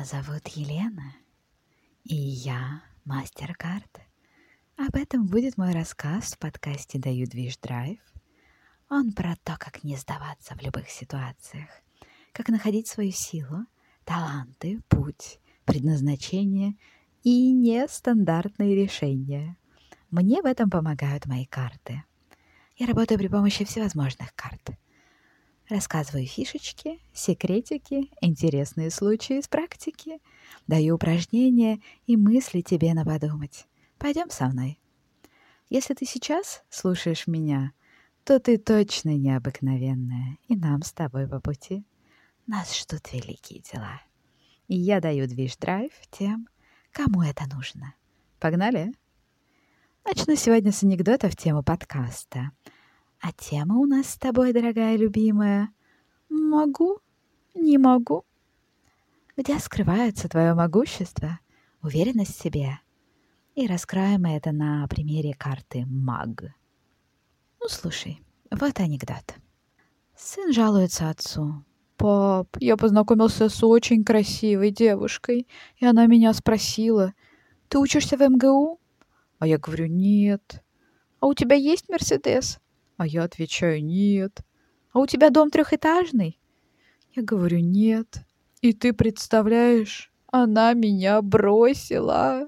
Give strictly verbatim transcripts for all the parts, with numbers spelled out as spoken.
зовут Елена, и я мастер карт. Об этом будет мой рассказ в подкасте «Даю движ драйв». Он про то, как не сдаваться в любых ситуациях, как находить свою силу, таланты, путь, предназначение и нестандартные решения. Мне в этом помогают мои карты. Я работаю при помощи всевозможных карт. Рассказываю фишечки, секретики, интересные случаи из практики, даю упражнения и мысли тебе на подумать. Пойдем со мной. Если ты сейчас слушаешь меня, то ты точно необыкновенная, и нам с тобой по пути. Нас ждут великие дела. И я даю движ-драйв тем, кому это нужно. Погнали? Начну сегодня с анекдота в тему подкаста. А тема у нас с тобой, дорогая любимая, «Могу, не могу». Где скрывается твое могущество, уверенность в себе? И раскроем мы это на примере карты «Маг». Ну, слушай, вот анекдот. Сын жалуется отцу. «Пап, я познакомился с очень красивой девушкой, и она меня спросила, ты учишься в эм гэ у?» А я говорю, нет. «А у тебя есть Мерседес?» А я отвечаю, нет. «А у тебя дом трехэтажный?» Я говорю, нет. И ты представляешь, она меня бросила.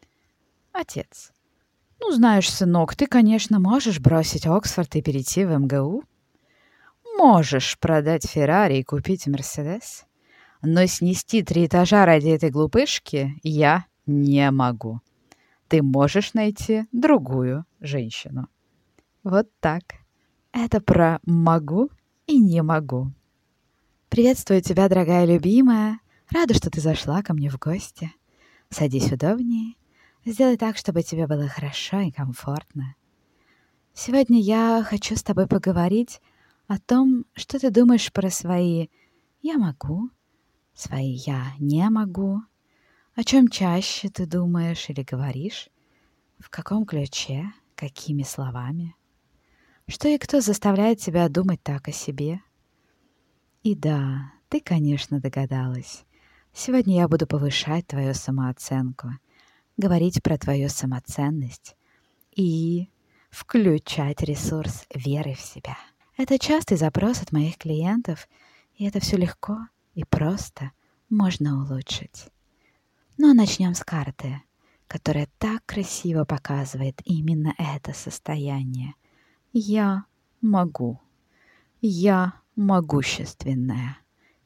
Отец. Ну, знаешь, сынок, ты, конечно, можешь бросить Оксфорд и перейти в эм гэ у. Можешь продать Феррари и купить Мерседес. Но снести три этажа ради этой глупышки я не могу. Ты можешь найти другую женщину. Вот так. Это про «могу» и «не могу». Приветствую тебя, дорогая любимая. Рада, что ты зашла ко мне в гости. Садись удобнее. Сделай так, чтобы тебе было хорошо и комфортно. Сегодня я хочу с тобой поговорить о том, что ты думаешь про свои «я могу», свои «я не могу», о чем чаще ты думаешь или говоришь, в каком ключе, какими словами. Что и кто заставляет тебя думать так о себе? И да, ты, конечно, догадалась. Сегодня я буду повышать твою самооценку, говорить про твою самоценность и включать ресурс веры в себя. Это частый запрос от моих клиентов, и это все легко и просто можно улучшить. Но начнем с карты, которая так красиво показывает именно это состояние. Я могу. Я могущественная.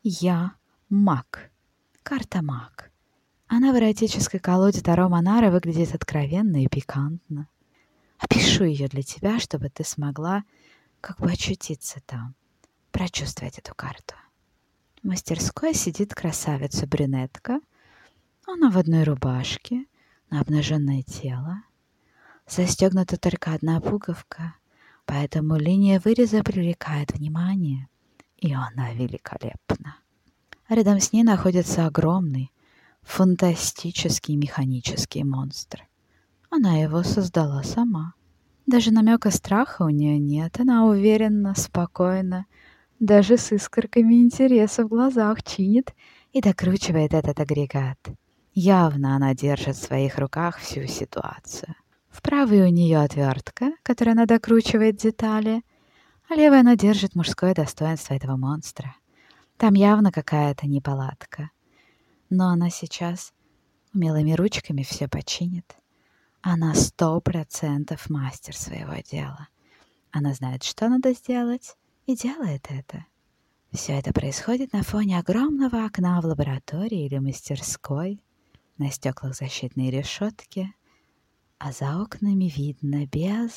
Я маг. Карта маг. Она в эротической колоде Таро Монара выглядит откровенно и пикантно. Опишу ее для тебя, чтобы ты смогла как бы очутиться там, прочувствовать эту карту. В мастерской сидит красавица-брюнетка. Она в одной рубашке, на обнаженное тело. Застегнута только одна пуговка, поэтому линия выреза привлекает внимание, и она великолепна. Рядом с ней находится огромный, фантастический механический монстр. Она его создала сама. Даже намека страха у нее нет, она уверенно, спокойно, даже с искорками интереса в глазах чинит и докручивает этот агрегат. Явно она держит в своих руках всю ситуацию. В правой у нее отвертка, которой она докручивает детали, а левой она держит мужское достоинство этого монстра. Там явно какая-то неполадка. Но она сейчас умелыми ручками все починит. Она сто процентов мастер своего дела. Она знает, что надо сделать, и делает это. Все это происходит на фоне огромного окна в лаборатории или мастерской. На стеклах защитные решетки, а за окнами видно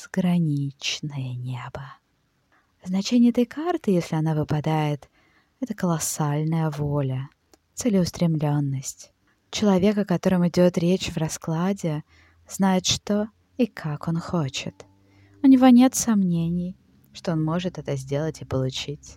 безграничное небо. Значение этой карты, если она выпадает, это колоссальная воля, целеустремленность. Человек, о котором идет речь в раскладе, знает, что и как он хочет. У него нет сомнений, что он может это сделать и получить.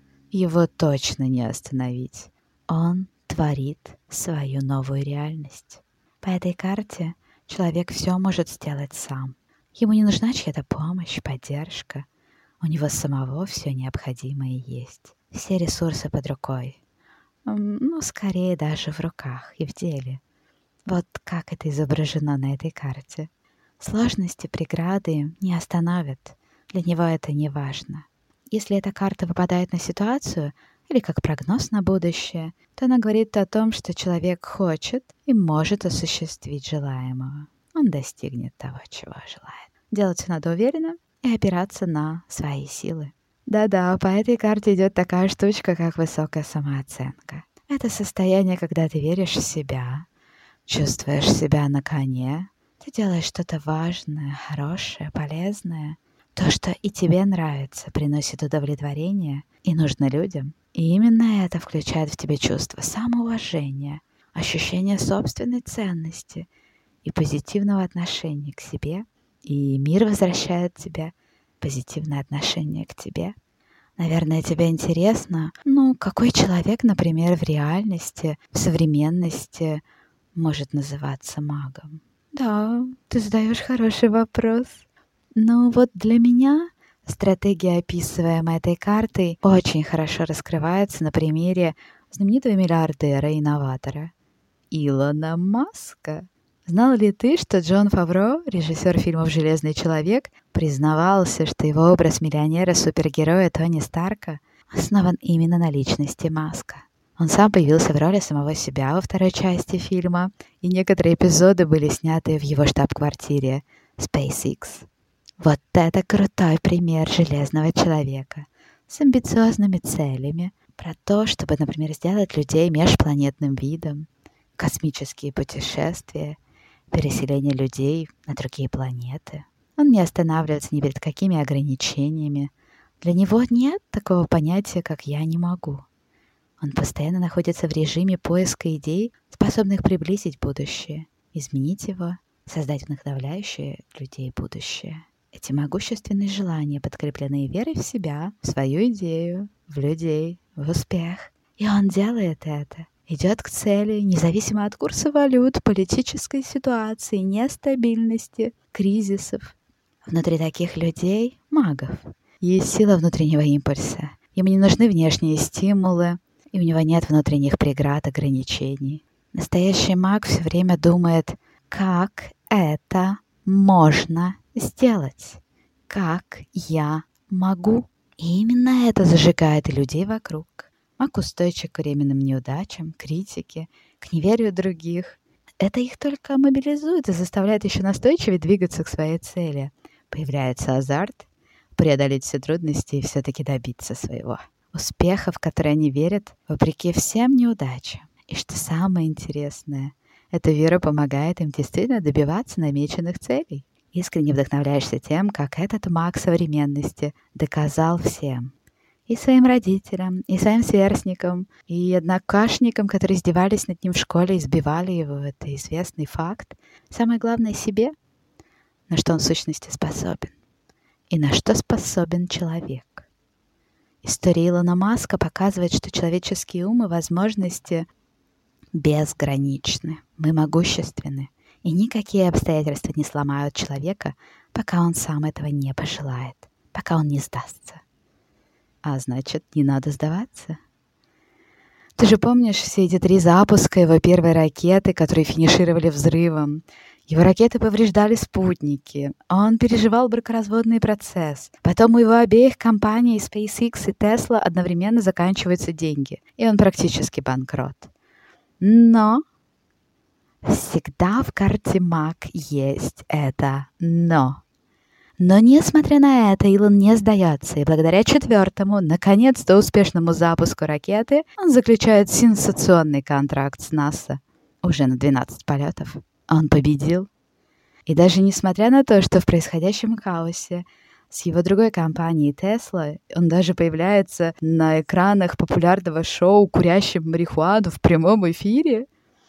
Его точно не остановить. Он творит свою новую реальность. По этой карте человек все может сделать сам. Ему не нужна чья-то помощь, поддержка. У него самого все необходимое есть. Все ресурсы под рукой. Ну, скорее даже в руках и в деле. Вот как это изображено на этой карте. Сложности, преграды не остановят. Для него это не важно. Если эта карта выпадает на ситуацию или как прогноз на будущее, то она говорит о том, что человек хочет и может осуществить желаемого. Он достигнет того, чего желает. Делать все надо уверенно и опираться на свои силы. Да-да, по этой карте идет такая штучка, как высокая самооценка. Это состояние, когда ты веришь в себя, чувствуешь себя на коне, ты делаешь что-то важное, хорошее, полезное, то, что и тебе нравится, приносит удовлетворение и нужно людям. И именно это включает в тебе чувство самоуважения, ощущение собственной ценности и позитивного отношения к себе. И мир возвращает тебе позитивное отношение к тебе. Наверное, тебе интересно, ну, какой человек, например, в реальности, в современности может называться магом? Да, ты задаешь хороший вопрос. Ну вот для меня стратегия, описываемая этой картой, очень хорошо раскрывается на примере знаменитого миллиардера и инноватора Илона Маска. Знал ли ты, что Джон Фавро, режиссер фильмов «Железный человек», признавался, что его образ миллионера-супергероя Тони Старка основан именно на личности Маска? Он сам появился в роли самого себя во второй части фильма, и некоторые эпизоды были сняты в его штаб-квартире SpaceX. Вот это крутой пример железного человека с амбициозными целями про то, чтобы, например, сделать людей межпланетным видом, космические путешествия, переселение людей на другие планеты. Он не останавливается ни перед какими ограничениями. Для него нет такого понятия, как «я не могу». Он постоянно находится в режиме поиска идей, способных приблизить будущее, изменить его, создать вдохновляющее людей будущее. Эти могущественные желания подкреплены верой в себя, в свою идею, в людей, в успех. И он делает это. Идет к цели, независимо от курса валют, политической ситуации, нестабильности, кризисов. Внутри таких людей, магов, есть сила внутреннего импульса. Ему не нужны внешние стимулы, и у него нет внутренних преград, ограничений. Настоящий маг все время думает, как это можно сделать, как я могу. И именно это зажигает людей вокруг. Маг устойчив к временным неудачам, критике, к неверию других. Это их только мобилизует и заставляет еще настойчивее двигаться к своей цели. Появляется азарт, преодолеть все трудности и все-таки добиться своего. Успеха, в который они верят, вопреки всем неудачам. И что самое интересное, эта вера помогает им действительно добиваться намеченных целей. Искренне вдохновляешься тем, как этот маг современности доказал всем. И своим родителям, и своим сверстникам, и однокашникам, которые издевались над ним в школе, избивали его. Это известный факт. Самое главное — себе, на что он в сущности способен. И на что способен человек. История Илона Маска показывает, что человеческие умы и возможности безграничны. Мы могущественны. И никакие обстоятельства не сломают человека, пока он сам этого не пожелает, пока он не сдастся. А значит, не надо сдаваться. Ты же помнишь все эти три запуска его первой ракеты, которые финишировали взрывом? Его ракеты повреждали спутники. Он переживал бракоразводный процесс. Потом у его обеих компаний SpaceX и Tesla одновременно заканчиваются деньги. И он практически банкрот. Но всегда в карте маг есть это «но». Но, несмотря на это, Илон не сдается, и благодаря четвертому, наконец-то успешному запуску ракеты, он заключает сенсационный контракт с НАСА. Уже на двенадцать полетов. Он победил. И даже несмотря на то, что в происходящем хаосе с его другой компанией Tesla, он даже появляется на экранах популярного шоу «Курящим марихуану» в прямом эфире,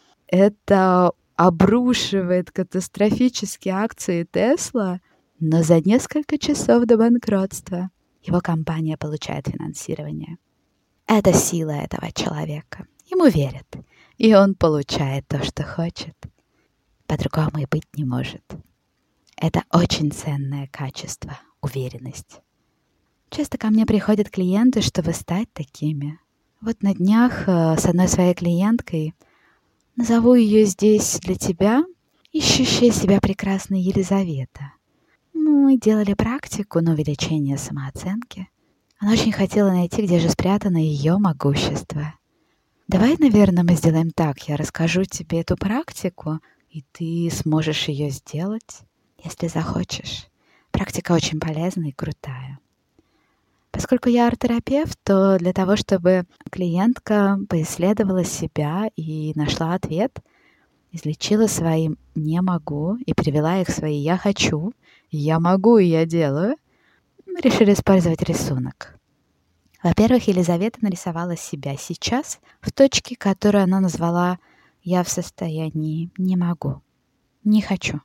это обрушивает катастрофические акции Tesla. Но за несколько часов до банкротства его компания получает финансирование. Это сила этого человека. Ему верят, и он получает то, что хочет. По-другому и быть не может. Это очень ценное качество — уверенность. Часто ко мне приходят клиенты, чтобы стать такими. Вот на днях э, с одной своей клиенткой, назову ее здесь для тебя, ищущая себя прекрасная Елизавета. Мы делали практику на увеличение самооценки. Она очень хотела найти, где же спрятано ее могущество. Давай, наверное, мы сделаем так. Я расскажу тебе эту практику, и ты сможешь ее сделать, если захочешь. Практика очень полезная и крутая. Поскольку я арт-терапевт, то для того, чтобы клиентка поисследовала себя и нашла ответ, излечила свои «не могу» и перевела их в свои «я хочу», «я могу» и «я делаю, мы решили использовать рисунок. Во-первых, Елизавета нарисовала себя сейчас в точке, которую она назвала «я в состоянии не могу, не хочу».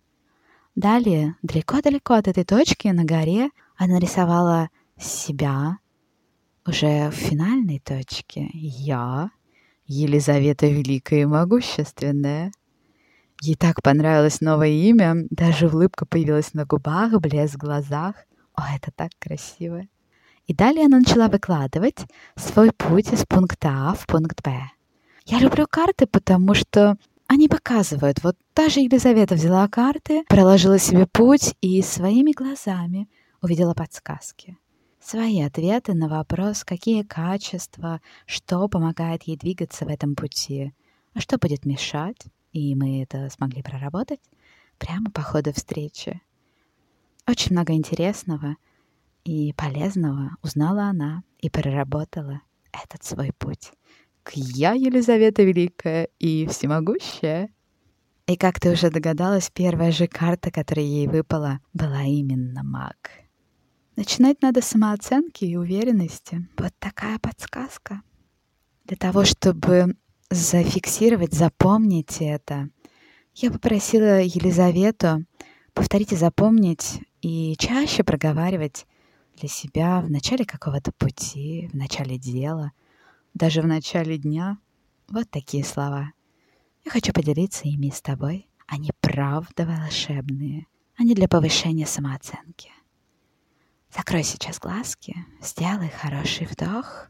Далее, далеко-далеко от этой точки на горе она нарисовала себя уже в финальной точке. Я, Елизавета Великая и Могущественная. Ей так понравилось новое имя, даже улыбка появилась на губах, блеск в глазах. О, это так красиво. И далее она начала выкладывать свой путь из пункта А в пункт Б. Я люблю карты, потому что они показывают. Вот та же Елизавета взяла карты, проложила себе путь и своими глазами увидела подсказки. Свои ответы на вопрос, какие качества, что помогает ей двигаться в этом пути, а что будет мешать, и мы это смогли проработать прямо по ходу встречи. Очень много интересного и полезного узнала она и проработала этот свой путь к «Я, Елизавета Великая и Всемогущая». И как ты уже догадалась, первая же карта, которая ей выпала, была именно маг. Начинать надо с самооценки и уверенности. Вот такая подсказка. Для того, чтобы зафиксировать, запомнить это, я попросила Елизавету повторить и запомнить и чаще проговаривать для себя в начале какого-то пути, в начале дела, даже в начале дня. Вот такие слова. Я хочу поделиться ими с тобой. Они правда волшебные. Они для повышения самооценки. Закрой сейчас глазки, сделай хороший вдох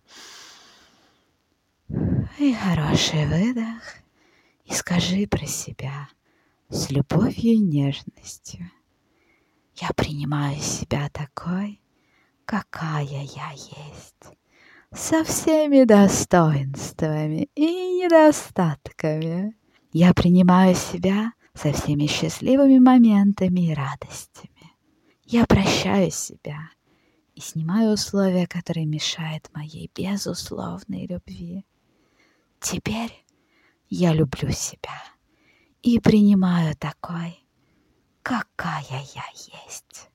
и хороший выдох. И скажи про себя с любовью и нежностью: я принимаю себя такой, какая я есть, со всеми достоинствами и недостатками. Я принимаю себя со всеми счастливыми моментами и радостями. Я прощаю себя и снимаю условия, которые мешают моей безусловной любви. Теперь я люблю себя и принимаю такой, какая я есть.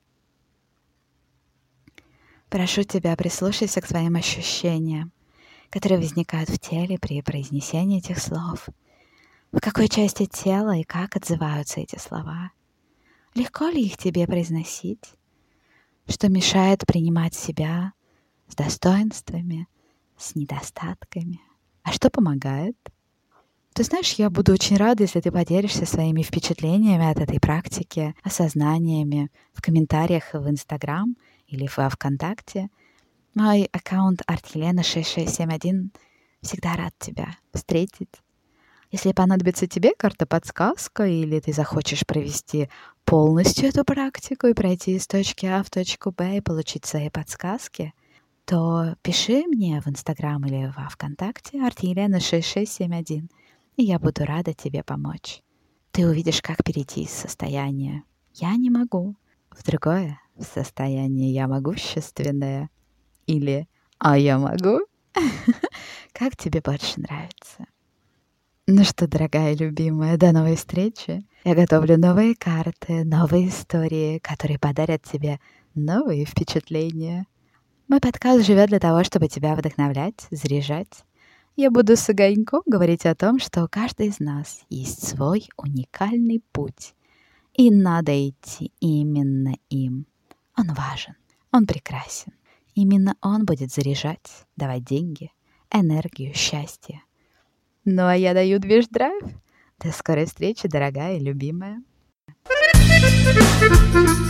Прошу тебя, прислушайся к своим ощущениям, которые возникают в теле при произнесении этих слов. В какой части тела и как отзываются эти слова? Легко ли их тебе произносить? Что мешает принимать себя с достоинствами, с недостатками? А что помогает? Ты знаешь, я буду очень рада, если ты поделишься своими впечатлениями от этой практики, осознаниями в комментариях в Инстаграм или во ВКонтакте. Мой аккаунт артелена шесть шесть семь один всегда рад тебя встретить. Если понадобится тебе карта-подсказка, или ты захочешь провести полностью эту практику и пройти из точки А в точку Б и получить свои подсказки, то пиши мне в Инстаграм или во ВКонтакте артелена шесть шесть семь один, и я буду рада тебе помочь. Ты увидишь, как перейти из состояния «я не могу» в другое, в состояние «я могущественная» или «а я могу». Как тебе больше нравится? Ну что, дорогая любимая, до новой встречи. Я готовлю новые карты, новые истории, которые подарят тебе новые впечатления. Мой подкаст живет для того, чтобы тебя вдохновлять, заряжать. Я буду с огоньком говорить о том, что у каждой из нас есть свой уникальный путь. И надо идти именно им. Он важен, он прекрасен. Именно он будет заряжать, давать деньги, энергию, счастье. Ну а я даю движ драйв. До скорой встречи, дорогая и любимая.